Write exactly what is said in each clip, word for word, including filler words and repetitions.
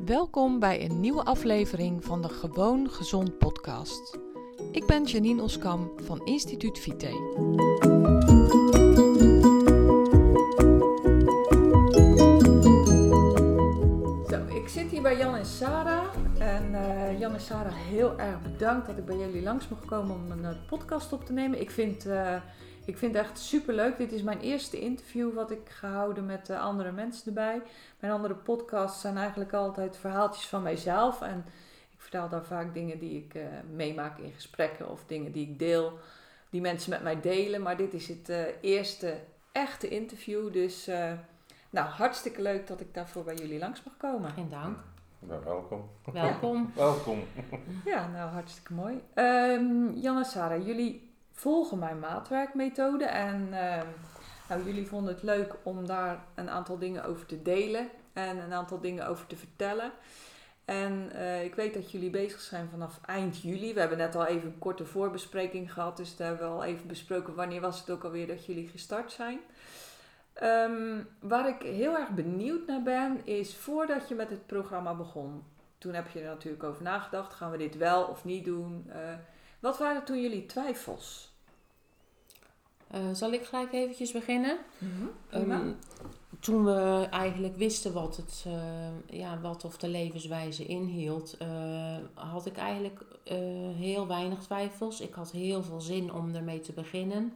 Welkom bij een nieuwe aflevering van de Gewoon Gezond podcast. Ik ben Janine Oskam van Instituut Vite. Zo, ik zit hier bij Jan en Sarah. En uh, Jan en Sarah, heel erg bedankt dat ik bij jullie langs mocht komen om een uh, podcast op te nemen. Ik vind, uh, ik vind het echt superleuk. Dit is mijn eerste interview wat ik ga houden met uh, andere mensen erbij. Mijn andere podcasts zijn eigenlijk altijd verhaaltjes van mijzelf. En ik vertel daar vaak dingen die ik uh, meemaak in gesprekken of dingen die ik deel, die mensen met mij delen. Maar dit is het uh, eerste echte interview. Dus uh, nou, hartstikke leuk dat ik daarvoor bij jullie langs mag komen. Geen dank. Nou, welkom. Welkom. Ja. Welkom. Ja, nou hartstikke mooi. Um, Jan en Sarah, jullie volgen mijn maatwerkmethode en uh, nou, jullie vonden het leuk om daar een aantal dingen over te delen en een aantal dingen over te vertellen. En uh, ik weet dat jullie bezig zijn vanaf eind juli. We hebben net al even een korte voorbespreking gehad, dus daar hebben we al even besproken wanneer was het ook alweer dat jullie gestart zijn. Um, waar ik heel erg benieuwd naar ben, is voordat je met het programma begon. Toen heb je er natuurlijk over nagedacht, gaan we dit wel of niet doen? Uh, wat waren toen jullie twijfels? Uh, zal ik gelijk eventjes beginnen? Mm-hmm. Um, toen we eigenlijk wisten wat, het, uh, ja, wat of de levenswijze inhield, uh, had ik eigenlijk uh, heel weinig twijfels. Ik had heel veel zin om ermee te beginnen.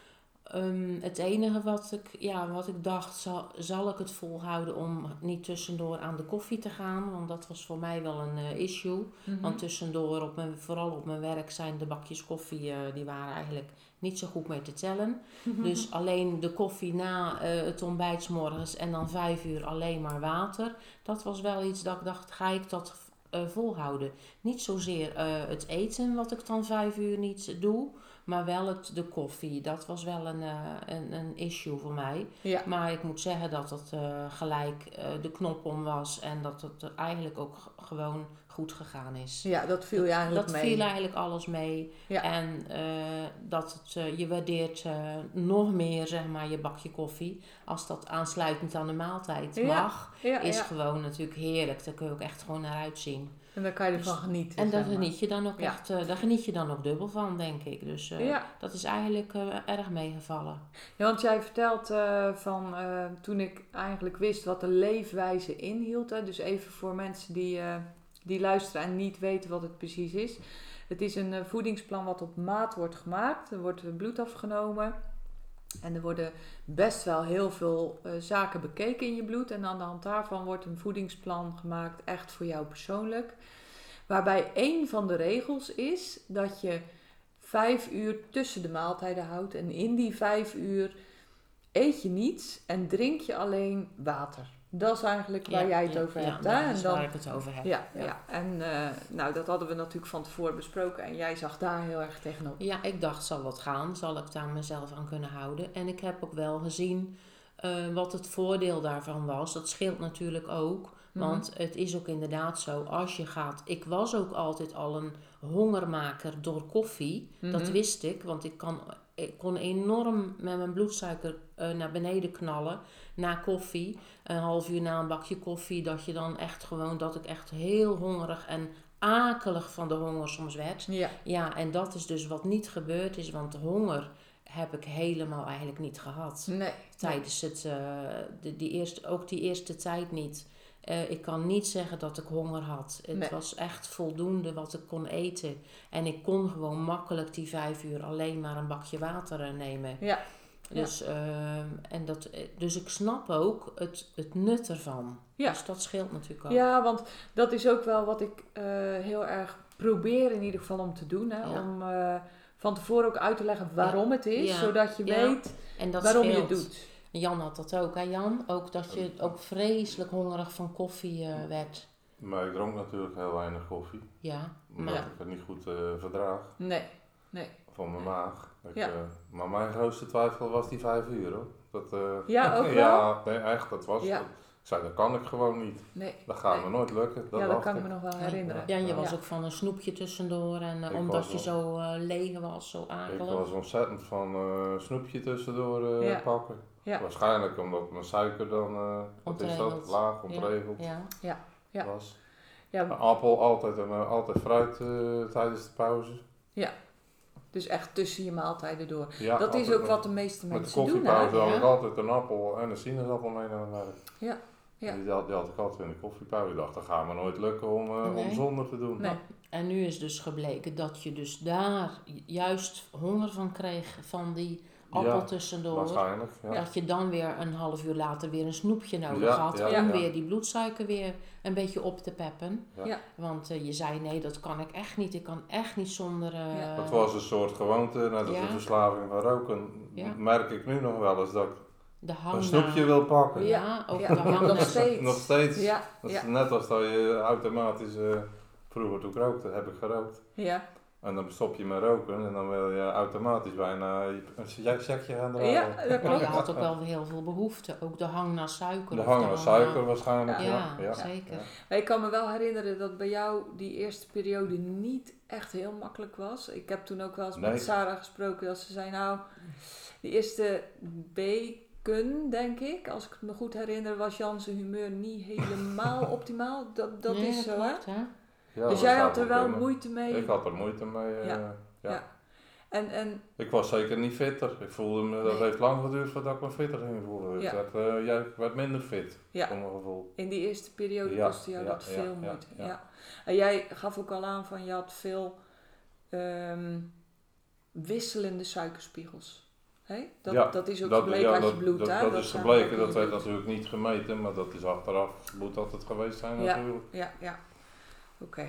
Um, het enige wat ik, ja, wat ik dacht, zal, zal ik het volhouden om niet tussendoor aan de koffie te gaan? Want dat was voor mij wel een uh, issue. Mm-hmm. Want tussendoor, op mijn, vooral op mijn werk, zijn de bakjes koffie, uh, die waren eigenlijk niet zo goed mee te tellen. Mm-hmm. Dus alleen de koffie na uh, het ontbijt 's morgens en dan vijf uur alleen maar water. Dat was wel iets dat ik dacht, ga ik dat uh, volhouden? Niet zozeer uh, het eten wat ik dan vijf uur niet doe. Maar wel het, de koffie, dat was wel een, uh, een, een issue voor mij. Ja. Maar ik moet zeggen dat het uh, gelijk uh, de knop om was en dat het eigenlijk ook g- gewoon goed gegaan is. Ja, dat viel je eigenlijk dat mee. Dat viel eigenlijk alles mee. Ja. En uh, dat het, uh, je waardeert uh, nog meer, zeg maar, je bakje koffie. Als dat aansluitend aan de maaltijd ja. mag, ja, is ja. gewoon natuurlijk heerlijk. Daar kun je ook echt gewoon naar uitzien. En daar kan je ervan dus, genieten. En daar geniet je dan ook ja. echt, uh, daar geniet je dan ook dubbel van, denk ik. Dus uh, ja. dat is eigenlijk uh, erg meegevallen. Ja, want jij vertelt uh, van uh, toen ik eigenlijk wist wat de leefwijze inhield. Hè, dus even voor mensen die, uh, die luisteren en niet weten wat het precies is. Het is een uh, voedingsplan wat op maat wordt gemaakt. Er wordt bloed afgenomen. En er worden best wel heel veel uh, zaken bekeken in je bloed. En aan de hand daarvan wordt een voedingsplan gemaakt, echt voor jou persoonlijk. Waarbij één van de regels is dat je vijf uur tussen de maaltijden houdt. En in die vijf uur eet je niets en drink je alleen water. Dat is eigenlijk waar ja, jij het ja, over hebt. Ja, hè? dat is en dan, waar ik het over heb. Ja, ja. ja. en uh, nou, dat hadden we natuurlijk van tevoren besproken. En jij zag daar heel erg tegenop. Ja, ik dacht, zal dat gaan? Zal ik daar mezelf aan kunnen houden? En ik heb ook wel gezien uh, wat het voordeel daarvan was. Dat scheelt natuurlijk ook. Want mm-hmm. het is ook inderdaad zo, als je gaat... Ik was ook altijd al een hongermaker door koffie. Mm-hmm. Dat wist ik, want ik, kan, ik kon enorm met mijn bloedsuiker uh, naar beneden knallen na koffie. Een half uur na een bakje koffie, dat je dan echt gewoon... Dat ik echt heel hongerig en akelig van de honger soms werd. Ja. Ja, en dat is dus wat niet gebeurd is, want de honger... heb ik helemaal eigenlijk niet gehad. Nee. Tijdens het, uh, de, die eerste, ook die eerste tijd niet. Uh, ik kan niet zeggen dat ik honger had. Het nee. was echt voldoende wat ik kon eten. En ik kon gewoon makkelijk die vijf uur alleen maar een bakje water nemen. Ja. Dus, ja. uh, en dat, dus ik snap ook het, het nut ervan. Ja. Dus dat scheelt natuurlijk ook. Ja, want dat is ook wel wat ik uh, heel erg probeer in ieder geval om te doen. Hè? Ja. Om uh, van tevoren ook uit te leggen waarom ja. het is. Ja. Zodat je ja. weet en dat waarom scheelt. je het doet. Jan had dat ook, hè Jan? Ook dat je ook vreselijk hongerig van koffie uh, werd. Maar ik dronk natuurlijk heel weinig koffie. Ja. Omdat ja. ik het niet goed uh, verdraag. Nee, nee. Van mijn maag. Ik, ja. uh, maar mijn grootste twijfel was die vijf uur hoor. Dat, uh, ja, ook wel? Ja, nee, echt. Dat was ja. dat. Ik zei, dat kan ik gewoon niet. Nee. Dat gaat nee. me nooit lukken. Dat ja, dat kan ik me nog wel herinneren. Ja, en je was ja. ook van een snoepje tussendoor. En uh, omdat je wel, zo uh, leeg was, zo akelig. Ik was ontzettend van uh, snoepje tussendoor uh, ja. pakken. Ja. Waarschijnlijk omdat mijn suiker dan, uh, wat is dat, laag ontregeld. Ja. Ja. Ja. was. Ja, Een appel, altijd, en, uh, altijd fruit uh, tijdens de pauze. ja. Dus echt tussen je maaltijden door. Ja, dat is altijd, ook wat de meeste met mensen de doen, hè? koffiepauze had Ja. ik altijd een appel en een sinaasappel mee naar het werk. Ja, ja. En die, had, die had ik altijd in de koffiepauze. Ik dacht, dat gaat me nooit lukken om, uh, Nee. om zonder te doen. Nee. En nu is dus gebleken dat je dus daar juist honger van kreeg van die appel Ja, tussendoor. Waarschijnlijk, ja. Dat je dan weer een half uur later weer een snoepje nodig Ja, had ja, om ja. weer die bloedsuiker weer een beetje op te peppen. Ja. Ja. Want uh, je zei nee, dat kan ik echt niet. Ik kan echt niet zonder... Uh, Ja. Het was een soort gewoonte, net als Ja. de verslaving van roken. Ja. Merk ik nu nog wel eens dat ik de hang een snoepje naar- wil pakken. Ja, Ja, ook ja. de hang Nog naar- steeds. Nog steeds. Ja, Dat is ja, net als dat je automatisch, uh, vroeger toen ik rookte, heb ik gerookt. ja. En dan stop je met roken en dan wil je automatisch bijna een checkje gaan draaien. Ja, dat Maar klopt. je had ook wel heel veel behoefte. Ook de hang naar suiker. De of hang de naar hang suiker naar- waarschijnlijk. Ja, Ja, ja. zeker. Ja. Maar ik kan me wel herinneren dat bij jou die eerste periode niet echt heel makkelijk was. Ik heb toen ook wel eens Nee. met Sarah gesproken dat ze zei, nou, die eerste weken, denk ik, als ik het me goed herinner, was Jan zijn humeur niet helemaal optimaal. Dat, dat Nee, is zo, hè? klopt, hè? Ja, Dus dat jij zou had er wel wel kunnen. moeite mee. Ik had er moeite mee. uh, Ja. ja. Ja. En, en Ik was zeker niet fitter. Ik voelde me, dat Nee. heeft lang geduurd voordat ik me fitter ging voelen. Ja. Ik werd, uh, ja, ik werd minder fit, ja, voor mijn gevoel. in die eerste periode Ja, kostte jou ja, dat ja, veel ja, moeite. Ja, ja. En jij gaf ook al aan van je had veel ehm, wisselende suikerspiegels. Hè? Dat, Ja, dat is ook Dat, gebleken ja, uit dat, je bloed, dat, hè? dat Dat is zijn gebleken, ook dat in werd je bloed. natuurlijk niet gemeten, maar dat is achteraf, moet altijd geweest zijn Ja. natuurlijk. Ja, ja. Oké.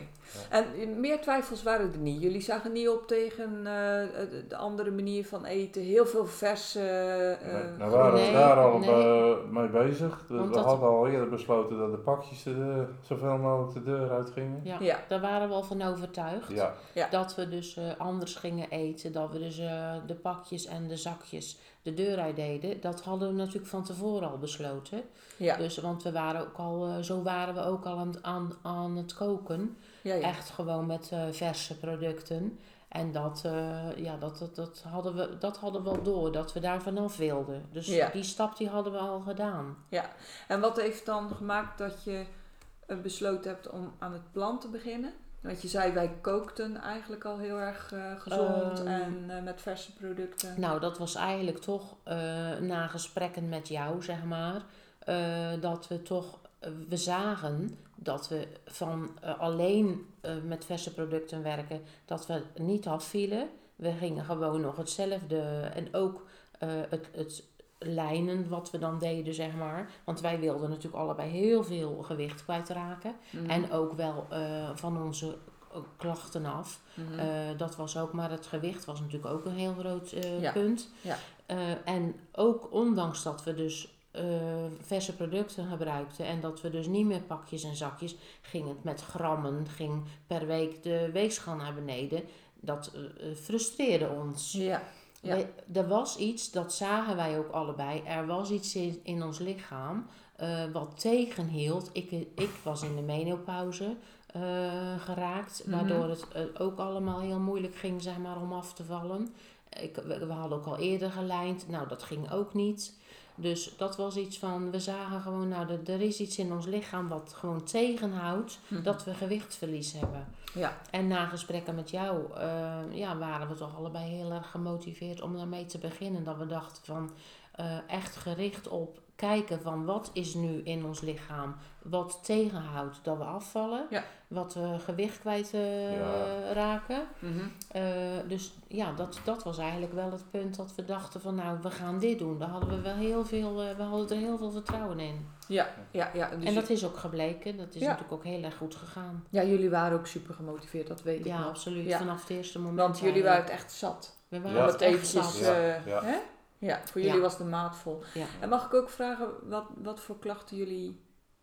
En meer twijfels waren er niet. Jullie zagen niet op tegen uh, de, de andere manier van eten. Heel veel verse... Uh, Nee, nou waren we nee, daar al nee. uh, mee bezig. Dus Want we dat- hadden al eerder besloten dat de pakjes de, zoveel mogelijk de deur uit gingen. Ja, Ja. daar waren we al van overtuigd. Ja, Dat we dus uh, anders gingen eten. Dat we dus uh, de pakjes en de zakjes de deur uit deden. Dat hadden we natuurlijk van tevoren al besloten. ja. Dus, want we waren ook al, uh, zo waren we ook al aan, aan, aan het koken. Ja, ja. Echt gewoon met uh, verse producten. En dat, uh, ja, dat, dat, dat, hadden we, dat hadden we al door, dat we daar vanaf wilden. Dus Ja. die stap die hadden we al gedaan. Ja. En wat heeft dan gemaakt dat je uh, besloten hebt om aan het plan te beginnen? Want je zei, wij kookten eigenlijk al heel erg uh, gezond Um, en uh, met verse producten. Nou, dat was eigenlijk toch uh, na gesprekken met jou, zeg maar, uh, dat we toch, uh, we zagen dat we van uh, alleen uh, met verse producten werken, dat we niet afvielen. We gingen gewoon nog hetzelfde en ook uh, het, het lijnen wat we dan deden, zeg maar. Want wij wilden natuurlijk allebei heel veel gewicht kwijtraken. Mm-hmm. En ook wel uh, van onze klachten af. Mm-hmm. Uh, dat was ook, maar het gewicht was natuurlijk ook een heel groot uh, Ja. punt. Ja. Uh, en ook ondanks dat we dus uh, verse producten gebruikten en dat we dus niet meer pakjes en zakjes, ging het met grammen, ging per week de weegschaal naar beneden. Dat uh, frustreerde ons. Ja. Ja. Wij, er was iets, dat zagen wij ook allebei, er was iets in, in ons lichaam uh, wat tegenhield. Ik, ik was in de menopauze uh, geraakt, Mm-hmm. waardoor het uh, ook allemaal heel moeilijk ging, zeg maar, om af te vallen. Ik, we, we hadden ook al eerder gelijnd, nou dat ging ook niet. Dus dat was iets van, we zagen gewoon, nou er, er is iets in ons lichaam wat gewoon tegenhoudt Mm-hmm. dat we gewichtverlies hebben. Ja. En na gesprekken met jou uh, ja, waren we toch allebei heel erg gemotiveerd om daarmee te beginnen. Dat we dachten van uh, echt gericht op kijken van wat is nu in ons lichaam wat tegenhoudt dat we afvallen. Ja. Wat we gewicht kwijt uh, Ja. raken. Mm-hmm. Uh, dus ja, dat, dat was eigenlijk wel het punt dat we dachten van nou, we gaan dit doen. Daar hadden we wel heel veel, uh, we hadden er heel veel vertrouwen in. Ja, ja, ja. Dus en dat is ook gebleken. Dat is Ja. natuurlijk ook heel erg goed gegaan. ja, jullie waren ook super gemotiveerd, dat weet ik Ja, nog. absoluut. Ja. Vanaf het eerste moment. Want jullie waren eigenlijk. het echt zat. We Ja. waren Om het het echt eventjes, zat. Ja, eh, ja. hè? Ja, voor jullie Ja. was de maat vol. Ja. En mag ik ook vragen wat, wat voor klachten jullie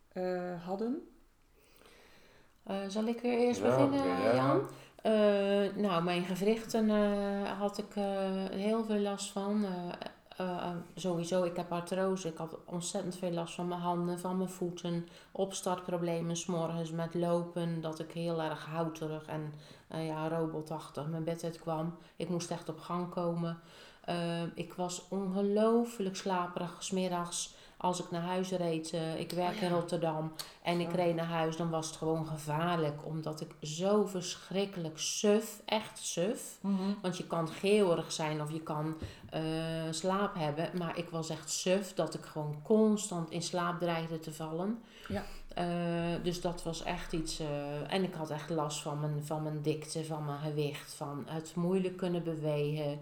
uh, hadden? Uh, zal ik weer eerst Ja, beginnen, begin jij Jan? maar. Uh, nou, mijn gewrichten uh, had ik uh, heel veel last van. Uh, uh, uh, sowieso, ik heb artrose. Ik had ontzettend veel last van mijn handen, van mijn voeten. Opstartproblemen 's morgens met lopen. Dat ik heel erg houterig en uh, ja, robotachtig mijn bed uit kwam. Ik moest echt op gang komen. Uh, ik was ongelooflijk slaperig 's middags. als ik naar huis reed, uh, ik werk oh, ja. in Rotterdam en ik oh. reed naar huis, dan was het gewoon gevaarlijk. Omdat ik zo verschrikkelijk suf, echt suf. Mm-hmm. Want je kan geeuwerig zijn of je kan uh, slaap hebben. Maar ik was echt suf dat ik gewoon constant in slaap dreigde te vallen. Ja. Uh, dus dat was echt iets. Uh, en ik had echt last van mijn, van mijn dikte, van mijn gewicht, van het moeilijk kunnen bewegen.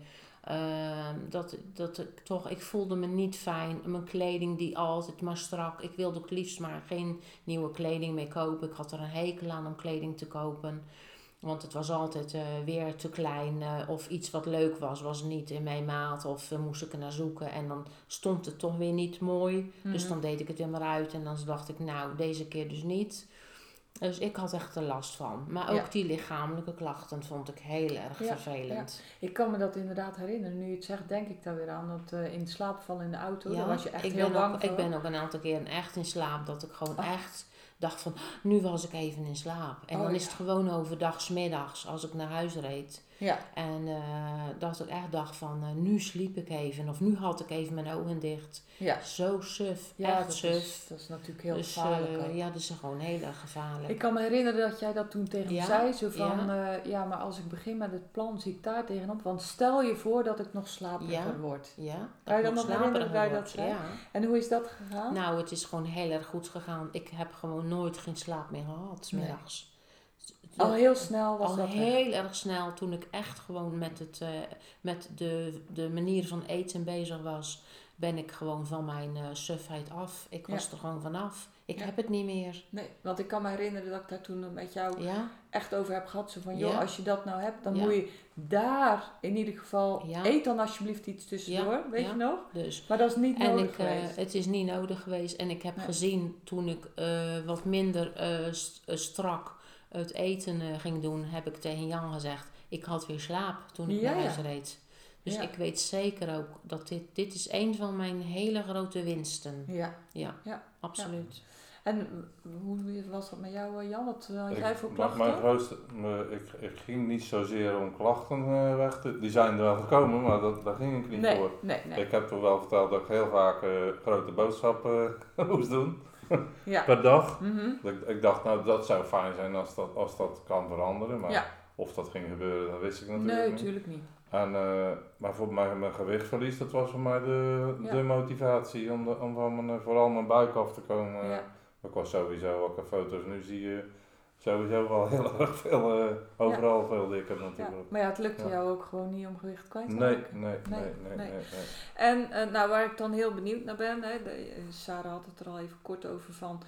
Uh, dat, dat ik toch, ik voelde me niet fijn. Mijn kleding die altijd maar strak. Ik wilde ook liefst maar geen nieuwe kleding meer kopen. Ik had er een hekel aan om kleding te kopen. Want het was altijd uh, weer te klein. Uh, of iets wat leuk was, was niet in mijn maat. Of uh, moest ik er naar zoeken. En dan stond het toch weer niet mooi. Mm-hmm. Dus dan deed ik het weer maar uit. En dan dacht ik, nou, deze keer dus niet. Dus ik had echt er last van. Maar ook ja. die lichamelijke klachten vond ik heel erg ja, vervelend. Ja. Ik kan me dat inderdaad herinneren. Nu je het zegt, denk ik daar weer aan. Dat uh, in slaap vallen in de auto, ja, daar was je echt ik heel ben bang ook, voor. Ik ben ook een aantal keer echt in slaap. Dat ik gewoon oh. echt dacht van, nu was ik even in slaap. En oh, dan ja. is het gewoon overdag 's middags als ik naar huis reed. Ja. En uh, dat ik echt dacht van, uh, nu sliep ik even. Of nu had ik even mijn ogen dicht. Ja. Zo suf, ja, echt dat suf. Is, dat is natuurlijk heel dus, gevaarlijk. Uh, ja, dat is gewoon heel erg gevaarlijk. Ik kan me herinneren dat jij dat toen tegen ja? me zei. Zo van, ja. Uh, ja, maar als ik begin met het plan, zie ik daar tegenop. Want stel je voor dat ik nog slaperiger ja? word. Ja, kan je dan nog herinneren dat je dat zei? Ja. En hoe is dat gegaan? Nou, het is gewoon heel erg goed gegaan. Ik heb gewoon nooit geen slaap meer gehad, 's middags. Nee. Al heel snel was al dat Al heel erg snel, toen ik echt gewoon met, het, uh, met de, de manier van eten bezig was, ben ik gewoon van mijn uh, sufheid af. Ik was ja. er gewoon vanaf. Ik ja. heb het niet meer. Nee, want ik kan me herinneren dat ik daar toen met jou ja. echt over heb gehad. Zo van, joh, ja. als je dat nou hebt, dan ja. moet je daar in ieder geval... Ja. Eet dan alsjeblieft iets tussendoor, ja. weet ja. je nog? Dus. Maar dat is niet en nodig ik, geweest. Uh, het is niet nodig geweest. En ik heb nee. gezien, toen ik uh, wat minder uh, st- uh, strak het eten uh, ging doen, heb ik tegen Jan gezegd, ik had weer slaap toen ik ja, naar huis ja. reed. Dus ja. ik weet zeker ook dat dit, dit is een van mijn hele grote winsten. Ja. Ja, ja. absoluut. Ja. En hoe was dat met jou, Jan? Wat had ik, jij voor klachten? Mijn grootste, ik, ik ging niet zozeer om klachten uh, weg te... Die zijn er wel gekomen, maar dat, daar ging ik niet nee, voor. Nee, nee. Ik heb toch wel verteld dat ik heel vaak uh, grote boodschappen uh, moest doen. ja. Per dag. Mm-hmm. Ik, ik dacht, nou dat zou fijn zijn als dat, als dat kan veranderen. Maar ja. of dat ging gebeuren, dat wist ik natuurlijk nee, niet. Nee, natuurlijk niet. En, uh, maar voor mijn, mijn gewichtverlies, dat was voor mij de, ja. de motivatie om, de, om van mijn, vooral mijn buik af te komen. Ja. Ik was sowieso, welke foto's nu zie je, sowieso wel heel erg veel, uh, overal ja. veel dikker natuurlijk. Ja. Maar ja, het lukte ja. jou ook gewoon niet om gewicht kwijt te nee, raken. Nee, nee, nee, nee, nee, nee. En uh, nou, waar ik dan heel benieuwd naar ben, hè, de, Sarah had het er al even kort over van,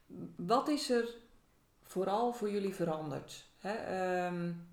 wat is er vooral voor jullie veranderd? Hè? Um,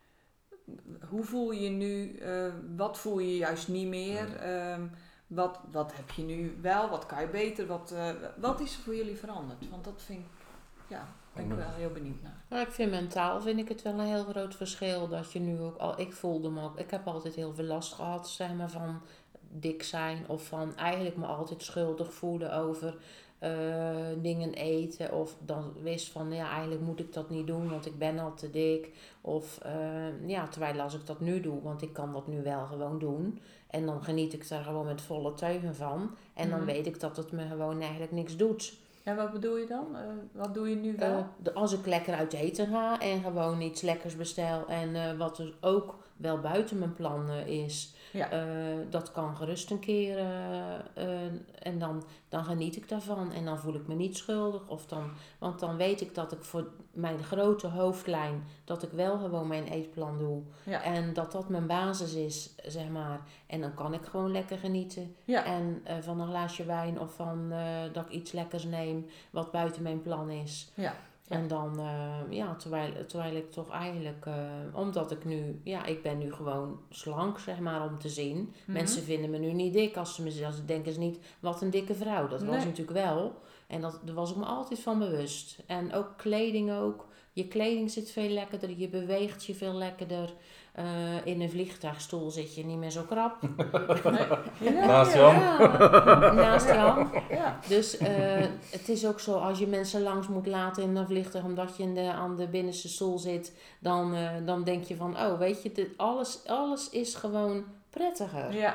hoe voel je je nu, uh, wat voel je juist niet meer? Um, Wat, wat heb je nu wel? Wat kan je beter? Wat, uh, wat is er voor jullie veranderd? Want dat vind ik, ja, ben ik wel heel benieuwd naar. Nou, ik vind mentaal vind ik het wel een heel groot verschil. Dat je nu ook al, ik voelde me ook, ik heb altijd heel veel last gehad, zeg maar, van dik zijn. Of van eigenlijk me altijd schuldig voelen over uh, dingen eten. Of dan wist van, ja, eigenlijk moet ik dat niet doen, want ik ben al te dik. Of, uh, ja, terwijl als ik dat nu doe, want ik kan dat nu wel gewoon doen. En dan geniet ik daar gewoon met volle teugen van. En mm. dan weet ik dat het me gewoon eigenlijk niks doet. En wat bedoel je dan? Uh, wat doe je nu wel? Uh, de, als ik lekker uit eten ga en gewoon iets lekkers bestel. En uh, wat dus ook wel buiten mijn plan uh, is. Ja. Uh, dat kan gerust een keer. Uh, uh, en dan, dan geniet ik daarvan. En dan voel ik me niet schuldig. Of dan, want dan weet ik dat ik voor mijn grote hoofdlijn, dat ik wel gewoon mijn eetplan doe. Ja. En dat dat mijn basis is, zeg maar. En dan kan ik gewoon lekker genieten. Ja. En uh, van een glaasje wijn of van uh, dat ik iets lekkers neem wat buiten mijn plan is. Ja. Ja. En dan, uh, ja, terwijl, terwijl ik toch eigenlijk, uh, omdat ik nu, ja, ik ben nu gewoon slank, zeg maar, om te zien. Mm-hmm. Mensen vinden me nu niet dik, als ze me als denken ze niet, wat een dikke vrouw. Dat nee. was natuurlijk wel. En dat, daar was ik me altijd van bewust. En ook kleding ook. Je kleding zit veel lekkerder, je beweegt je veel lekkerder. Uh, in een vliegtuigstoel zit je niet meer zo krap. Nee. Ja, naast Jan. Ja, naast Jan. Ja. Dus uh, het is ook zo, als je mensen langs moet laten in een vliegtuig, omdat je in de, aan de binnenste stoel zit, dan, uh, dan denk je van, oh, weet je, dit, alles, alles is gewoon prettiger. Ja.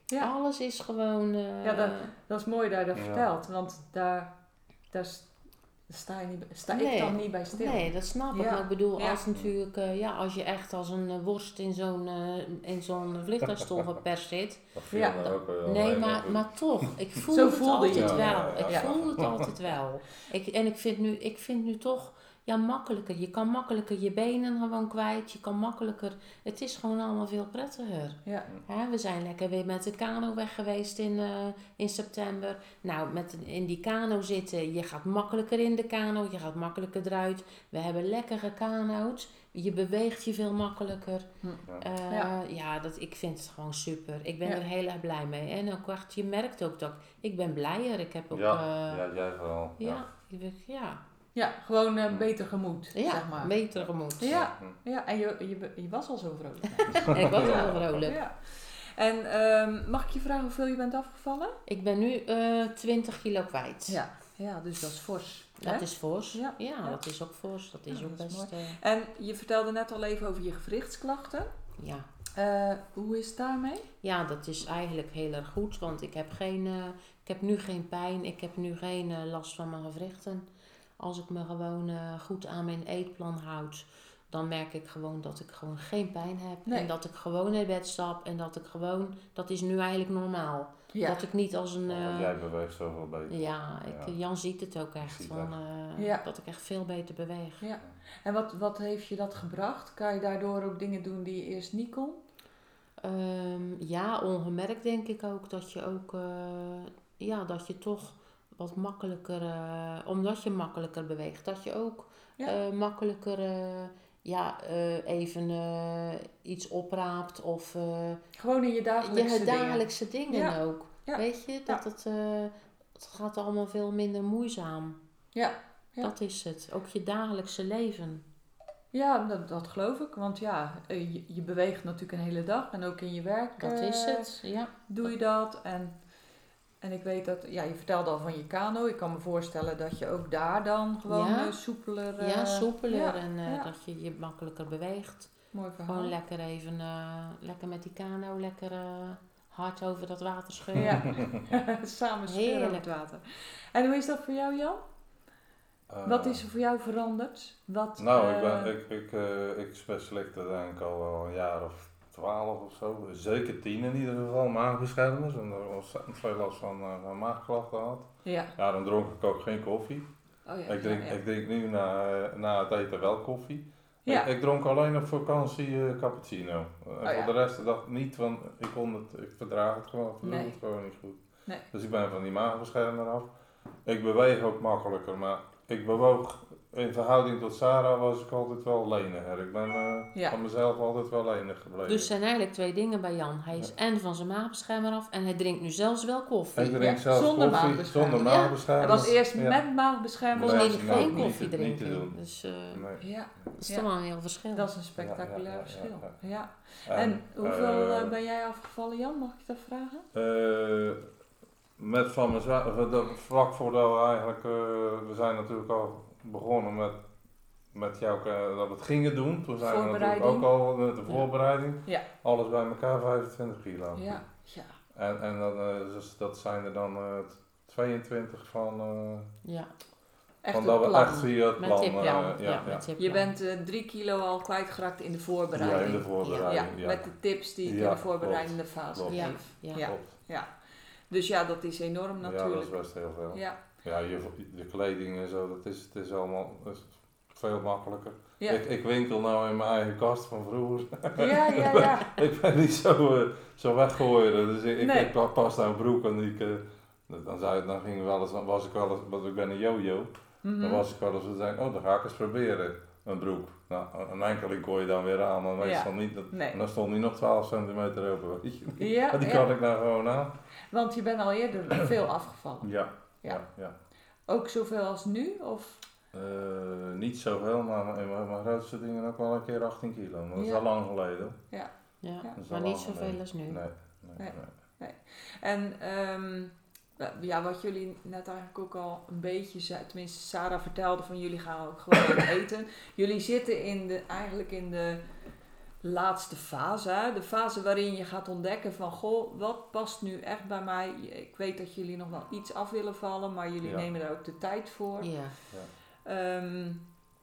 Ja. Alles is gewoon... Uh, ja, dat, dat is mooi dat je dat Ja. vertelt. Want daar, daar, s- daar sta, je niet, sta Nee. ik dan niet bij stil. Nee, dat snap ik. Ja. Maar ik bedoel, Ja. als natuurlijk, uh, ja, als je echt als een uh, worst in zo'n, uh, in zo'n vliegtuigstoel geperst zit. Dat viel Ja. me ook wel Nee, helemaal maar, goed. maar toch, ik voel Zo het voelde je altijd het. wel. Ja, ja, ja. Ik Ja. voel het altijd wel. Ik, en ik vind, nu, ik vind nu toch, ja, makkelijker. Je kan makkelijker je benen gewoon kwijt. Je kan makkelijker, het is gewoon allemaal veel prettiger. Ja. Hè, we zijn lekker weer met de kano weg geweest in, uh, in september. Nou, met in die kano zitten, je gaat makkelijker in de kano, je gaat makkelijker eruit. We hebben lekker gekano'd. Je beweegt je veel makkelijker. Hm. Uh, Ja. ja, dat, ik vind het gewoon super. Ik ben Ja. er heel erg blij mee. En ook echt, je merkt ook dat ik, ik ben blijer. Ik heb ook... Ja, uh, ja, jij vooral. ja, Ja. ik ben- ja. Ja, gewoon uh, beter gemoed, ja, zeg maar. beter gemoed. Ja, Hm. ja, en je, je, je was al zo vrolijk. En ik was wel vrolijk. Ja. En um, mag ik je vragen hoeveel je bent afgevallen? Ik ben nu uh, twintig kilo kwijt. Ja, ja, dus dat is fors. Dat hè? is fors. Ja, Ja, ja. dat is ook fors. Dat is Ja, ook dat is best... Uh, En je vertelde net al even over je gewrichtsklachten. ja. Uh, hoe is het daarmee? Ja, dat is eigenlijk heel erg goed. Want ik heb, geen, uh, ik heb nu geen pijn. Ik heb nu geen uh, last van mijn gewrichten. Als ik me gewoon uh, goed aan mijn eetplan houd, dan merk ik gewoon dat ik gewoon geen pijn heb. Nee. En dat ik gewoon in bed stap. En dat ik gewoon, dat is nu eigenlijk normaal. Ja. Dat ik niet als een... Want Uh, jij beweegt zoveel beter. ja, ik, Ja. Jan ziet het ook echt. Ziet Van, uh, Ja. Dat ik echt veel beter beweeg. Ja. En wat, wat heeft je dat gebracht? Kan je daardoor ook dingen doen die je eerst niet kon? Um, ja, ongemerkt denk ik ook dat je ook... Uh, ja, dat je toch wat makkelijker... Uh, omdat je makkelijker beweegt. Dat je ook Ja. uh, makkelijker... Uh, ja, uh, even uh, iets opraapt of uh, gewoon in je dagelijkse je dagelijkse dingen, dingen ja. ook. Ja. Weet je, dat ja. het, uh, het gaat allemaal veel minder moeizaam. Ja. Ja. Dat is het. Ook je dagelijkse leven. Ja, dat, dat geloof ik. Want ja, je, je beweegt natuurlijk een hele dag en ook in je werk. Dat uh, is het, ja. Doe je dat. En, en ik weet dat, ja, je vertelde al van je kano. Ik kan me voorstellen dat je ook daar dan gewoon ja. uh, soepeler... Uh, ja, soepeler ja, en uh, ja. dat je je makkelijker beweegt. Mooi verhaal. Gewoon lekker even, uh, lekker met die kano, lekker uh, hard over dat water scheuren. Ja, samen scheuren over het water. En hoe is dat voor jou, Jan? Uh, Wat is er voor jou veranderd? Wat, nou, uh, ik, ben, ik, ik, uh, ik specialiseer denk ik al wel een jaar of twaalf of zo. Zeker tien in ieder geval, maagbeschermers. En er was ontzettend veel last van, uh, van maagklachten had. Ja. Ja, dan dronk ik ook geen koffie. Oh ja, ik, drink, ja, ja. ik drink nu na, na het eten wel koffie. Ja. Ik, ik dronk alleen op vakantie uh, cappuccino. Uh, oh, voor ja. de rest dat niet, want ik, kon het, ik verdraag het gewoon, ik nee. het gewoon niet goed. Nee. Dus ik ben van die maagbeschermer af. Ik beweeg ook makkelijker, maar ik bewoog in verhouding tot Sarah was ik altijd wel leniger. Ik ben uh, ja. van mezelf altijd wel lenig gebleven. Dus er zijn eigenlijk twee dingen bij Jan. Hij is ja. en van zijn maagbeschermer af en hij drinkt nu zelfs wel koffie. Ik drink ja. zelfs zonder koffie maagbeschermer. zonder maagbeschermer. Hij was eerst ja. met maagbeschermer. Kon Nee, hij nee, geen niet koffie te- niet te drinken. doen. Dus uh, Nee. Ja. dat is ja. toch wel een heel verschil. Dat is een spectaculair Ja, ja, ja, verschil. ja, Ja, ja. ja. En, en hoeveel uh, uh, ben jij afgevallen, Jan? Mag ik dat vragen? Uh, met van mezelf, vlak voordat we eigenlijk, uh, we zijn natuurlijk al begonnen met, met jou, uh, dat we het gingen doen. Toen zijn we natuurlijk ook al met de voorbereiding. Ja. Alles bij elkaar vijfentwintig kilo. Ja. Ja. En, en dan, uh, dus dat zijn er dan uh, tweeëntwintig van, uh, ja. Echt van dat we plan. echt via het plan. Met Uh, ja, ja, ja. met Je bent uh, drie kilo al kwijtgeraakt in de voorbereiding. Ja, in de voorbereiding. Ja, Ja. met de tips die ik ja, in de voorbereidende klopt, fase klopt. geef. Ja, ja. Ja. Klopt. Ja. Dus ja, dat is enorm natuurlijk. Ja, dat is best heel veel. Ja. Ja, je, de kleding en zo, dat is, het is allemaal dat is veel makkelijker. Ja. Ik, ik winkel nou in mijn eigen kast van vroeger. Ja, ja, ja. ik ben niet zo, uh, zo weggooien. Dus ik, Nee. ik, ik pas nou een broek en ik, uh, dan, zei, dan, ging wel eens, dan was ik wel eens, want ik ben een yo-yo. Mm-hmm. Dan was ik wel eens te zeggen, oh dan ga ik eens proberen, een broek. Nou, een enkeling kon je dan weer aan, maar meestal Ja. niet. Dat, Nee. En dan stond die nog twaalf centimeter open, weet je. Ja, Maar die ja. kan ik nou gewoon aan. Want je bent al eerder veel afgevallen. Ja, Ja. ja, ja. Ook zoveel als nu? Of? Uh, niet zoveel, maar in mijn, mijn grootste dingen ook wel een keer achttien kilo. Maar dat is Ja. al lang geleden. Ja. Ja. Ja. Dat is Maar al niet lang zoveel geleden. als nu. Nee, nee, Nee. nee. En um, ja, wat jullie net eigenlijk ook al een beetje zei, tenminste Sarah vertelde van jullie gaan ook gewoon uit eten. Jullie zitten in de, eigenlijk in de laatste fase. Hè? De fase waarin je gaat ontdekken van, goh, wat past nu echt bij mij? Ik weet dat jullie nog wel iets af willen vallen, maar jullie Ja. nemen daar ook de tijd voor. Ja. Ja. Um,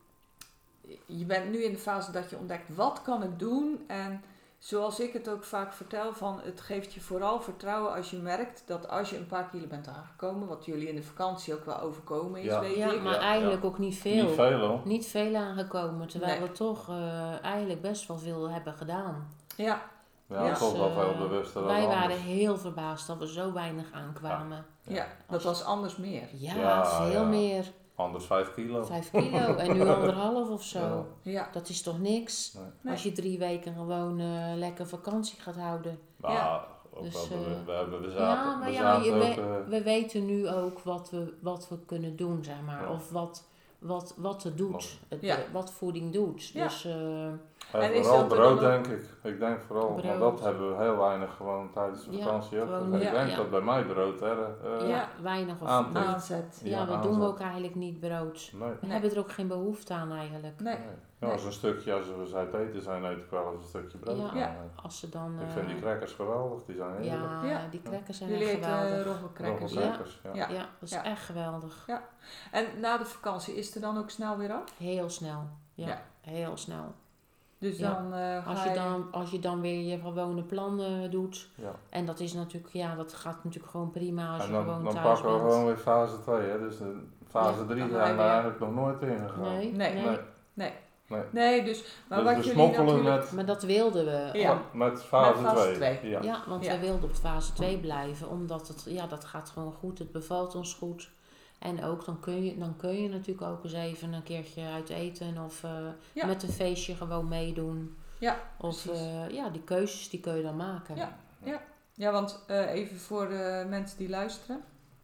je bent nu in de fase dat je ontdekt, wat kan ik doen? En zoals ik het ook vaak vertel, van het geeft je vooral vertrouwen als je merkt dat als je een paar kilo bent aangekomen, wat jullie in de vakantie ook wel overkomen is, Ja. weet Ja, ik. maar Ja, eigenlijk ja. ook niet veel. Niet veel hoor. Niet veel aangekomen, terwijl Nee. we toch uh, eigenlijk best wel veel hebben gedaan. Ja, Ja, Ja. toch wel Dus, veel uh, bewuster dan Wij anders. waren heel verbaasd dat we zo weinig aankwamen. ja. Ja. dat was anders meer. Ja, Ja, veel ja. meer. Anders vijf kilo. Vijf kilo en nu anderhalf of zo. Ja. Ja, Dat is toch niks? Nee. Nee. Als je drie weken gewoon uh, lekker vakantie gaat houden. Maar Ja. ook Dus, wel, uh, we, we, hebben, we zaten, Ja, maar we ja, zaten je ook... we, uh, we weten nu ook wat we, wat we kunnen doen, zeg maar. Ja. Of wat, wat, wat het doet. Wat- Het, Ja. uh, wat voeding doet. Ja. Dus uh, En En is vooral dat er brood, dan denk ik. Ik denk vooral, want Brood. dat hebben we heel weinig gewoon tijdens de Ja, vakantie ook. gewoon, gedaan. Ik ja, denk ja. dat bij mij brood, hè. uh, ja, weinig of aantal. niet. aanzet. Ja, Ja, dat aanzet. doen we ook eigenlijk niet, brood. Nee. We Nee. hebben er ook geen behoefte aan eigenlijk. Nee. nee. Ja, als een stukje, als we uit eten zijn, eet ik wel eens een stukje brood. Ja. Maar, Ja. uh, Als ze dan... Ik uh, vind die crackers geweldig, die zijn heerlijk. ja, Ja. die crackers zijn Jullie echt eten geweldig. roggelcrackers. Roggelcrackers, Ja. ja. Ja. Ja, dat is Ja. echt geweldig. En na de vakantie is er dan ook snel weer af? Heel snel. Ja, Ja. heel snel. Dus Ja. dan uh, Als ga je dan, als je dan weer je gewone plan uh, doet. Ja. En dat is natuurlijk, ja, dat gaat natuurlijk gewoon prima als En je dan, gewoon dan thuis pakken we bent. gewoon weer fase twee, hè. Dus de fase Ja, drie dan zijn ga je we weer- eigenlijk nog nooit ingegaan. Nee, Nee. nee. Nee. Nee. Nee. Nee, dus... Maar Dus wat we jullie smokkelen natuurlijk... met, Maar dat wilden we. Ja. Om- met fase Met fase twee. twee. Ja. ja, want Ja. we wilden op fase twee blijven. Omdat het, ja, dat gaat gewoon goed. Het bevalt ons goed. En ook, dan kun je, dan kun je natuurlijk ook eens even een keertje uit eten. Of uh, Ja. met een feestje gewoon meedoen. Ja, Of precies. uh, ja, die keuzes die kun je dan maken. Ja. Ja, want uh, even voor de mensen die luisteren.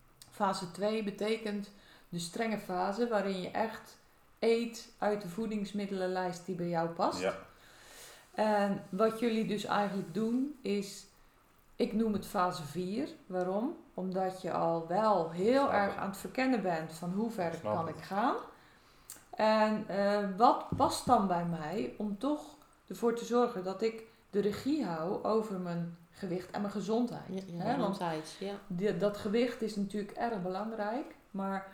Fase twee betekent de strenge fase waarin je echt eet uit de voedingsmiddelenlijst die bij jou past. Ja. En wat jullie dus eigenlijk doen is, ik noem het fase vier. Waarom? Omdat je al wel heel Snap erg ik. aan het verkennen bent van hoe ver Snap kan ik. ik gaan. En uh, wat past dan bij mij om toch ervoor te zorgen dat ik de regie hou over mijn gewicht en mijn gezondheid. Ja, ja, Hè? Want gezondheid, ja. die, dat gewicht is natuurlijk erg belangrijk, maar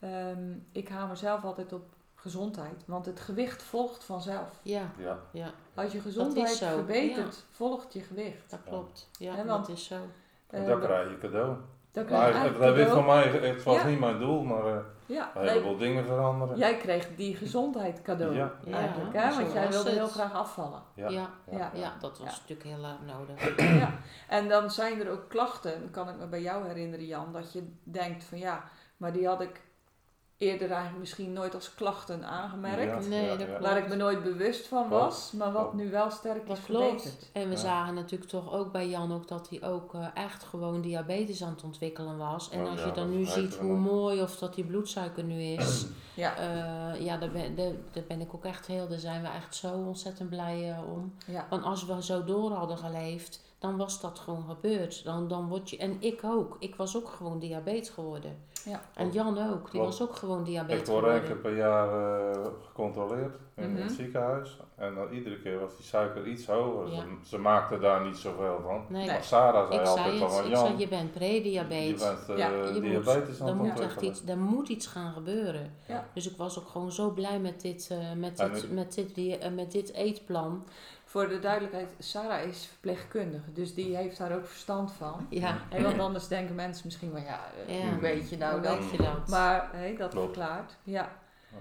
um, ik hou mezelf altijd op gezondheid, want het gewicht volgt vanzelf. Ja, Ja. ja, Als je Dat gezondheid is zo, verbetert, volgt je gewicht. dat klopt. Ja, Hè, want- dat is zo. En Uh, dat krijg je cadeau. dan krijg Maar je het, eigenlijk dat weet cadeau. van mij, het was Ja. niet mijn doel, maar uh, Ja, een nee, heleboel dingen veranderen. jij kreeg die gezondheid cadeau Ja. eigenlijk, Ja, hè? zo Want jij was wilde het. heel graag afvallen. Ja, ja, Ja. ja, dat was Ja. natuurlijk heel erg nodig. Ja. En dan zijn er ook klachten, dan kan ik me bij jou herinneren, Jan, dat je denkt van ja, maar die had ik eerder eigenlijk misschien nooit als klachten aangemerkt. Ja, Nee, ja, dat ja. Waar ik me nooit bewust van Klopt. was, maar wat Klopt. nu wel sterk Dat is klopt. verbeterd. En we Ja. zagen natuurlijk toch ook bij Jan ook dat hij ook uh, echt gewoon diabetes aan het ontwikkelen was. En Oh, als ja, je dan dat nu weten ziet we hoe nog. mooi of dat die bloedsuiker nu is. Ja, uh, ja, daar ben, daar, daar ben ik ook echt heel, daar zijn we echt zo ontzettend blij uh, om. ja, Want als we zo door hadden geleefd, dan was dat gewoon gebeurd. Dan, dan word je, en ik ook. Ik was ook gewoon diabetes geworden. ja. En Jan ook. Die Klopt. was ook gewoon diabetes Ik word één keer geworden. per jaar uh, gecontroleerd in, in Mhm. het ziekenhuis. En dan iedere keer was die suiker iets hoger. Ja. Ze, ze maakten daar niet zoveel van. Nee, Maar Sarah zei ik altijd zei al het. van Ik Jan, zei, je bent je prediabetes. bent uh, Ja, Je moet, diabetes aan er het moet echt ontwikkelen. iets, er moet iets gaan gebeuren. Ja. Dus ik was ook gewoon zo blij met dit, uh, met En dit, het- met dit, die, uh, met dit eetplan. Voor de duidelijkheid, Sarah is verpleegkundige, dus die heeft daar ook verstand van. Ja, En want anders denken mensen misschien van ja, eh, Ja. hoe weet je nou hoe dat? weet je dat? Maar hey, dat Klopt. verklaart. Ja,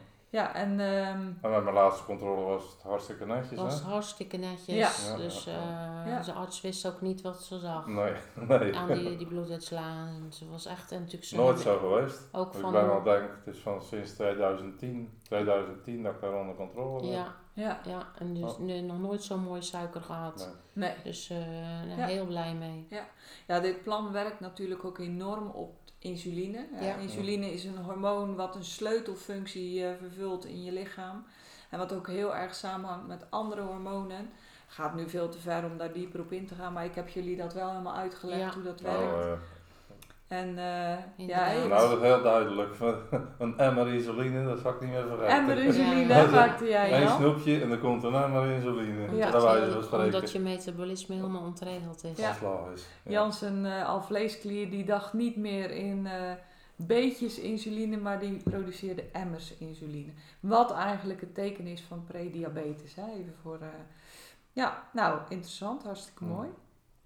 ja en ehm, En met mijn laatste controle was het hartstikke netjes. Het was Hè? hartstikke netjes. Ja. Dus uh, Ja. de arts wist ook niet wat ze zag. Nee, nee. Aan die, die bloeduitslaan. En ze was echt en natuurlijk zo. Nooit zo geweest. Ook Ik van. ben al denk het is van sinds tweeduizend tien, tweeduizend tien dat ik daar onder controle was. Ja, ja, ja, en dus Oh. nee, nog nooit zo'n mooi suiker gehad. Nee. nee. Dus uh, nou, Ja. heel blij mee. Ja, dit plan werkt natuurlijk ook enorm op insuline. Ja, Ja. insuline is een hormoon wat een sleutelfunctie uh, vervult in je lichaam. En wat ook heel erg samenhangt met andere hormonen. Gaat nu veel te ver om daar dieper op in te gaan, maar ik heb jullie dat wel helemaal uitgelegd Ja. hoe dat Oh, werkt. uh, En uh, ja, nou, dat is heel duidelijk. Een emmer insuline, dat zal ik niet meer vergeten. Emmer insuline ja. maakte jij, Eén Jan. snoepje en dan komt een emmer insuline. Ja. Daar wijze van spreken. Omdat je metabolisme helemaal ontregeld is. Ja. is. Ja. Jans, een uh, alvleesklier, die dacht niet meer in uh, beetjes insuline, maar die produceerde emmers insuline. Wat eigenlijk het teken is van prediabetes. Hè? Even voor, uh, ja, nou, interessant, hartstikke ja. mooi.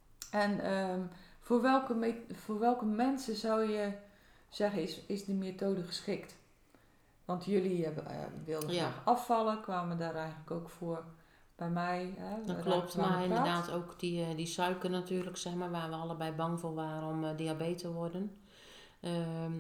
En um, voor, welke me- voor welke mensen zou je zeggen, is, is die methode geschikt? Want jullie hebben, uh, wilden ja. graag afvallen, kwamen daar eigenlijk ook voor bij mij. Hè, dat klopt, maar inderdaad ook die, uh, die suiker natuurlijk, zeg maar, waar we allebei bang voor waren om uh, diabetes te worden. Uh,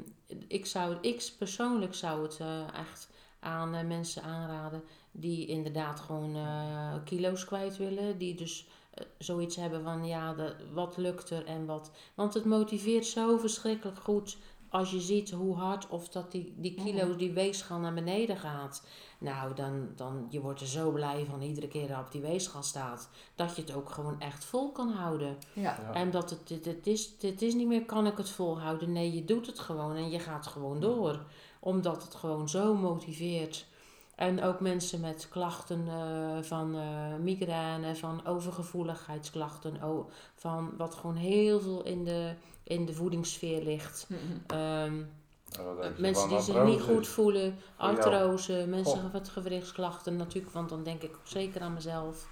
ik, zou, ik persoonlijk zou het uh, echt aan uh, mensen aanraden die inderdaad gewoon uh, kilo's kwijt willen, die dus uh, zoiets hebben van ja, de, wat lukt er en wat. Want het motiveert zo verschrikkelijk goed als je ziet hoe hard of dat die, die kilo's, die weegschaal naar beneden gaat. Nou, dan, dan je wordt er zo blij van iedere keer dat op die weegschaal staat. Dat je het ook gewoon echt vol kan houden. Ja. Ja. En dat het, het, het, is, het is niet meer kan ik het volhouden. Nee, je doet het gewoon en je gaat gewoon door. Omdat het gewoon zo motiveert. En ook mensen met klachten uh, van uh, migraine, van overgevoeligheidsklachten. Oh, van wat gewoon heel veel in de, in de voedingssfeer ligt. Mm-hmm. Um, Uh, mensen die zich niet goed voelen, artrose, ja. mensen oh. met gewrichtsklachten natuurlijk, want dan denk ik ook zeker aan mezelf.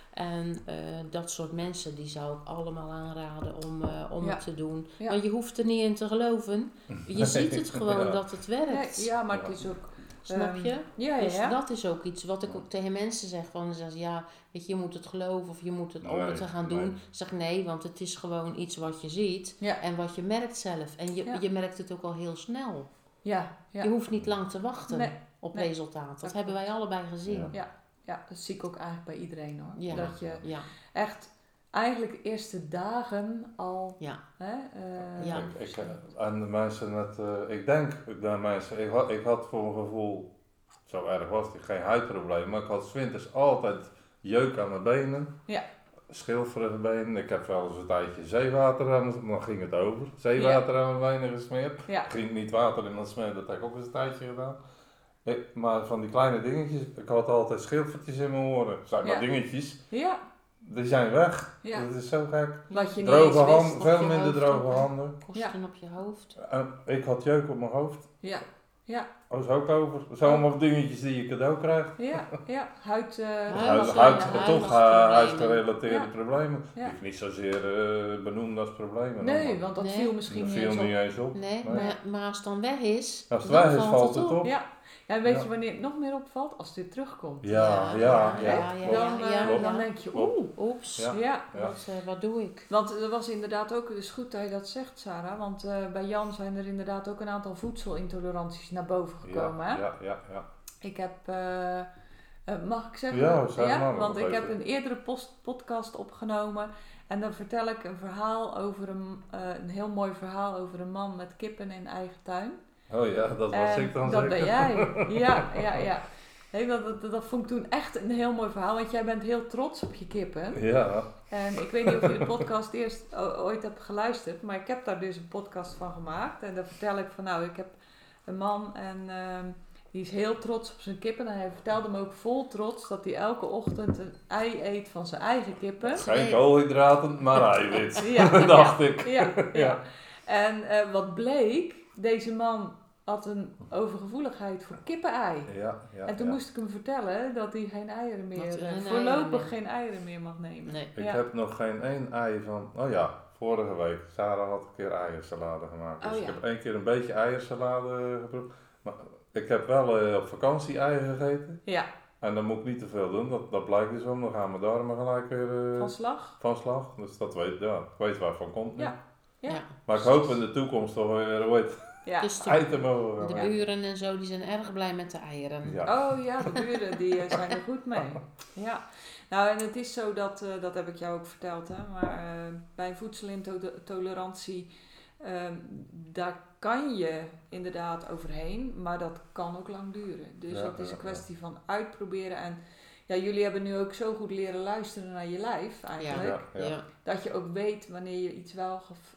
En uh, dat soort mensen, die zou ik allemaal aanraden om, uh, om ja. het te doen. Ja. Want je hoeft er niet in te geloven. Je ziet het gewoon ja. dat het werkt. Ja, ja maar het is ook... Snap je? Um, ja, ja, ja. Dus dat is ook iets wat ik ook tegen mensen zeg. Van, ja, weet je, je moet het geloven of je moet het om nee, het te gaan doen. Nee. Zeg nee, want het is gewoon iets wat je ziet. Ja. En wat je merkt zelf. En je, ja. je merkt het ook al heel snel. Ja, ja. Je hoeft niet lang te wachten nee. op nee. resultaat. Dat, dat hebben wij allebei gezien. Ja. Ja. ja, dat zie ik ook eigenlijk bij iedereen hoor. Ja. Dat je ja. echt... Eigenlijk de eerste dagen al. Ja. Hè, uh, ja. Ik, ik, en de mensen met, uh, ik denk, de mensen, ik had, ik had voor mijn gevoel, zo erg was het, geen huidprobleem, maar ik had 's winters altijd jeuk aan mijn benen. Ja. Schilferige benen. Ik heb wel eens een tijdje zeewater aan, dan ging het over. Zeewater ja. aan mijn benen gesmeerd. Ja. Ging niet water in dat smeren, dat heb ik ook eens een tijdje gedaan. Ik, maar van die kleine dingetjes, ik had altijd schilfertjes in mijn oren. Zijn maar ja. dingetjes. Ja. Die zijn weg. Ja. Dat is zo gek. Wat je droge niet handen, veel minder droge op, handen. Kosten ja. op je hoofd. En ik had jeuk op mijn hoofd. Ja. Ja. Dat is ook over. Dat zijn allemaal dingetjes die je cadeau krijgt. Ja, ja. Huid, uh, huid, huid, huid toch huidgerelateerde ja. problemen. Ja. Die niet zozeer uh, benoemd als problemen. Nee, maar. want dat nee. viel misschien dat niet, viel eens niet eens op. Nee, nee. Maar, maar als het dan weg is, als het weg is, valt het op. op. Ja. Ja, weet ja. je wanneer het nog meer opvalt? Als het weer terugkomt. Ja, ja, ja. ja, ja, ja dan, uh, ja, ja. dan denk je, oeh, oeps, ja. Ja. Ja. Wat, uh, wat doe ik? Want er was inderdaad ook, het is goed dat je dat zegt Sarah, want uh, bij Jan zijn er inderdaad ook een aantal voedselintoleranties naar boven gekomen. Ja, hè? ja, ja, ja. Ik heb, uh, uh, mag ik zeggen? Ja, zeg ja? maar. Want ik heb een eerdere post- podcast opgenomen en dan vertel ik een verhaal over een, uh, een heel mooi verhaal over een man met kippen in eigen tuin. Oh ja, dat was en ik dan dat zeker. ben jij. Ja, ja, ja. Hey, dat, dat, dat vond ik toen echt een heel mooi verhaal, want jij bent heel trots op je kippen. Ja. En ik weet niet of je de podcast eerst o- ooit hebt geluisterd, maar ik heb daar dus een podcast van gemaakt. En daar vertel ik van, nou, ik heb een man en uh, die is heel trots op zijn kippen. En hij vertelde me ook vol trots dat hij elke ochtend een ei eet van zijn eigen kippen. Geen koolhydraten, maar eiwit, ja, dacht ja, ik. Ja, ja. ja. En uh, wat bleek, deze man had een overgevoeligheid voor kippenei. Ja, ja, en toen ja. moest ik hem vertellen dat hij geen eieren meer, geen uh, voorlopig eieren geen eieren meer mag nemen. Nee. Ik ja. heb nog geen één ei van, oh ja, vorige week, Sarah had een keer eiersalade gemaakt. Dus oh, ja. ik heb één keer een beetje eiersalade geproefd. Maar ik heb wel uh, op vakantie eieren gegeten. Ja. En dan moet ik niet te veel doen, dat, dat blijkt dus om. Dan gaan mijn darmen gelijk weer uh, van slag. Van slag. Dus dat weet, ja, ik weet waar het van komt. Ja. Ja. Ja. Maar ik hoop in de toekomst toch weer ooit ja. dus de, ei te mogen. De buren en zo, die zijn erg blij met de eieren. Ja. Oh ja, de buren die uh, zijn er goed mee. Ja. Nou en het is zo dat, uh, dat heb ik jou ook verteld, hè, maar uh, bij voedselintolerantie, uh, daar kan je inderdaad overheen, maar dat kan ook lang duren. Dus ja, het is een kwestie ja. van uitproberen en ja, jullie hebben nu ook zo goed leren luisteren naar je lijf eigenlijk, ja, ja. dat je ook weet wanneer je iets wel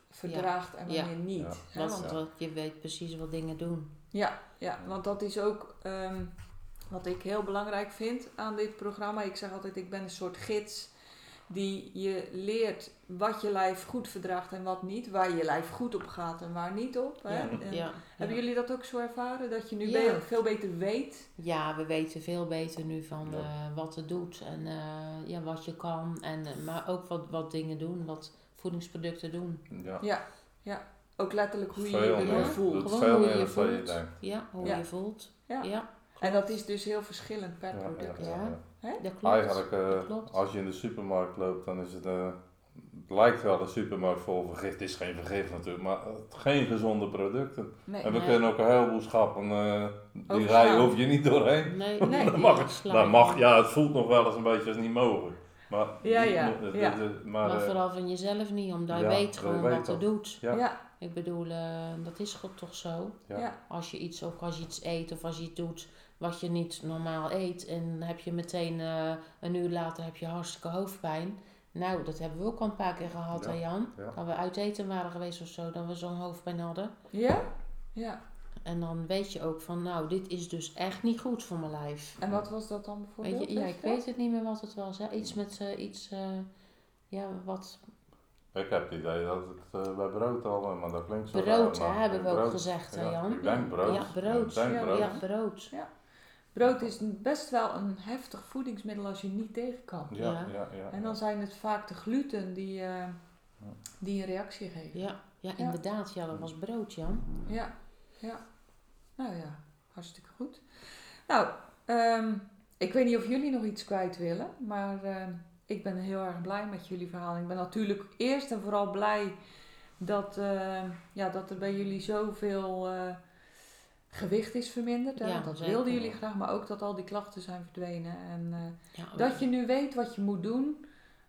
verdraagt en wanneer ja. niet. Ja. Hè? Want, Want, want je weet precies wat dingen doen. ja, ja, want dat is ook um, wat ik heel belangrijk vind aan dit programma. Ik zeg altijd, ik ben een soort gids die je leert wat je lijf goed verdraagt en wat niet. Waar je lijf goed op gaat en waar niet op. Hè? Ja, En ja, hebben ja. jullie dat ook zo ervaren? Dat je nu Ja. be- veel beter weet? Ja, we weten veel beter nu van Ja. uh, wat het doet en uh, ja, wat je kan. En, uh, maar ook wat, wat dingen doen, wat voedingsproducten doen. Ja. Ja, ja. Ook letterlijk hoe je Veel je meer. weer Ja. voelt. Dat is Gewoon veel hoe meer je dan wat je voelt. denkt. Ja, hoe Ja. je voelt. Ja. Ja, En dat is dus heel verschillend per Ja, product. ja, ja. Hè? dat klopt. Eigenlijk, uh, dat klopt. als je in de supermarkt loopt, dan is het, uh, het lijkt wel een supermarkt vol vergif. Het is geen vergif natuurlijk, maar het, geen gezonde producten. Nee. En we Nee. kunnen ook een heleboel schappen, uh, die Overslaan. rij hoef je niet doorheen. Nee, Nee. Dan mag, het, sla- dan mag, ja, het voelt nog wel eens een beetje als niet mogelijk. Maar, Ja, die- ja, de- de- ja. de- maar, Maar uh, vooral van jezelf niet, omdat je Ja, weet je gewoon weet wat het dat. doet. Ja. Ja, Ik bedoel, uh, dat is goed toch zo. Ja. ja. Als je iets, ook als je iets eet of als je iets doet wat je niet normaal eet en dan heb je meteen uh, een uur later heb je hartstikke hoofdpijn. Nou, dat hebben we ook al een paar keer gehad, Ja, hè Jan? ja. Dat we uit eten waren geweest of zo, dat we zo'n hoofdpijn hadden. Ja? Ja. En dan weet je ook van, nou, dit is dus echt niet goed voor mijn lijf. En wat was dat dan bijvoorbeeld? Weet je, ja, ik Weet je weet het niet meer wat het was. Hè? Iets met uh, iets, uh, ja, wat Ik heb het idee dat het uh, bij brood al, maar dat klinkt zo brood, raar, hè, maar hebben we ook brood, gezegd, hè ja, Jan? Ik denk brood. Ja, brood. Ik denk Ja, brood. Ja, brood. Brood is best wel een heftig voedingsmiddel als je niet tegen kan. Ja, Ja. ja, ja. En dan zijn het vaak de gluten die, uh, die een reactie geven. Ja, ja, inderdaad. Ja, dat was brood, Jan. Ja, ja. Nou ja, hartstikke goed. Nou, um, ik weet niet of jullie nog iets kwijt willen, maar uh, ik ben heel erg blij met jullie verhaal. Ik ben natuurlijk eerst en vooral blij dat, uh, ja, dat er bij jullie zoveel uh, gewicht is verminderd. Hè? Ja, dat zeker. wilden jullie graag, maar ook dat al die klachten zijn verdwenen. En uh, Ja, dat je nu weet wat je moet doen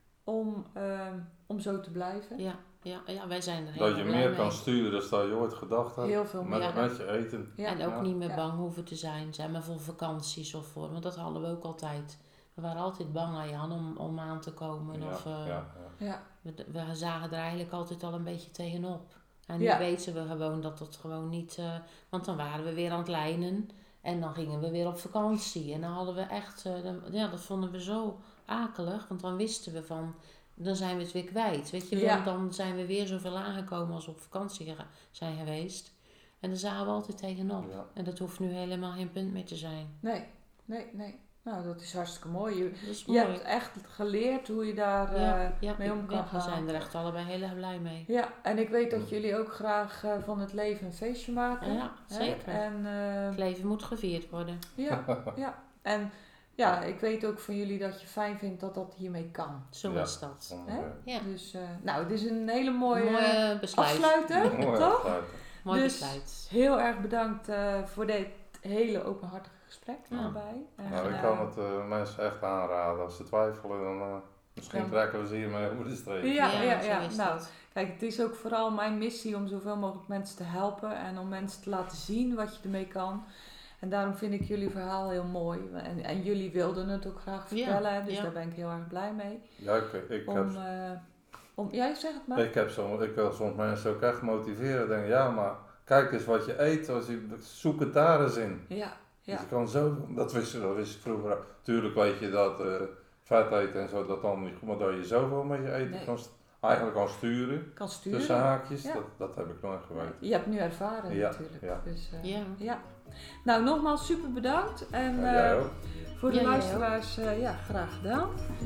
om, uh, om zo te blijven. Ja, ja, ja, wij zijn er heel Dat je blij meer mee. kan sturen dan je ooit gedacht had. Heel veel Met, meer. met je eten. Ja. En ook Ja. niet meer Ja. bang hoeven te zijn, zeg maar voor vakanties of voor, want dat hadden we ook altijd. We waren altijd bang aan Jan om, om aan te komen. Ja, Of, uh, ja, ja. Ja. we, we zagen er eigenlijk altijd al een beetje tegenop. En nu Ja. weten we gewoon dat dat gewoon niet, uh, want dan waren we weer aan het lijnen en dan gingen we weer op vakantie. En dan hadden we echt, uh, dan, ja dat vonden we zo akelig, want dan wisten we van, dan zijn we het weer kwijt. Weet je, Ja. want dan zijn we weer zoveel aangekomen als we op vakantie gera- zijn geweest. En daar zagen we altijd tegenop. Ja. En dat hoeft nu helemaal geen punt meer te zijn. Nee, nee, nee. Nou, dat is hartstikke mooi. Je, Dat is je mooi. hebt echt geleerd hoe je daar uh, ja, ja, mee om kan ja, we gaan. zijn er echt allebei heel erg blij mee. Ja, en ik weet dat jullie ook graag uh, van het leven een feestje maken. Ja, hè? zeker. En, uh, Het leven moet gevierd worden. ja, ja. En ja, ik weet ook van jullie dat je fijn vindt dat dat hiermee kan. Zo Ja. is dat. Oké. Hè? Ja. Dus, uh, nou, het is een hele mooie, Mooi besluit. afsluiter, Mooi toch? afsluiten. Mooi Dus- besluit. Heel erg bedankt uh, voor dit hele openhartige gesprek Ja. daarbij. En, Nou, ik uh, kan het uh, mensen echt aanraden. Als ze twijfelen, dan uh, misschien Ja. trekken we ze hiermee over de streep. Ja, ja, zo ja. is Nou, dat. kijk, het is ook vooral mijn missie om zoveel mogelijk mensen te helpen en om mensen te laten zien wat je ermee kan. En daarom vind ik jullie verhaal heel mooi. En, en jullie wilden het ook graag Ja, vertellen, dus ja. daar ben ik heel erg blij mee. Ja, ik, ik, Om, heb, uh, om, jij zegt het maar. ik, heb zo, ik wil soms mensen ook echt motiveren. Denk, ja, maar kijk eens wat je eet. Als je, zoek het daar eens in. Ja, ja. Dus je kan zo, dat wist, dat wist ik vroeger. Tuurlijk weet je dat uh, vet eten en zo, dat dan niet goed. Maar dat je zoveel met je eten Nee. kan, st- eigenlijk kan sturen. Kan sturen. Tussen haakjes, Ja. dat, dat heb ik nooit geweten. Je hebt nu ervaren Ja, natuurlijk. ja. Dus, uh, Ja. ja. Nou, nogmaals super bedankt. En Ja, jij uh, ook. voor de Ja, jij luisteraars, uh, ja, graag gedaan.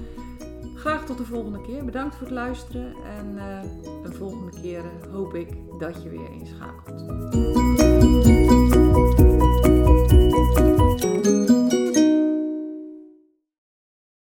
Graag tot de volgende keer. Bedankt voor het luisteren. En uh, de volgende keer uh, hoop ik dat je weer inschakelt.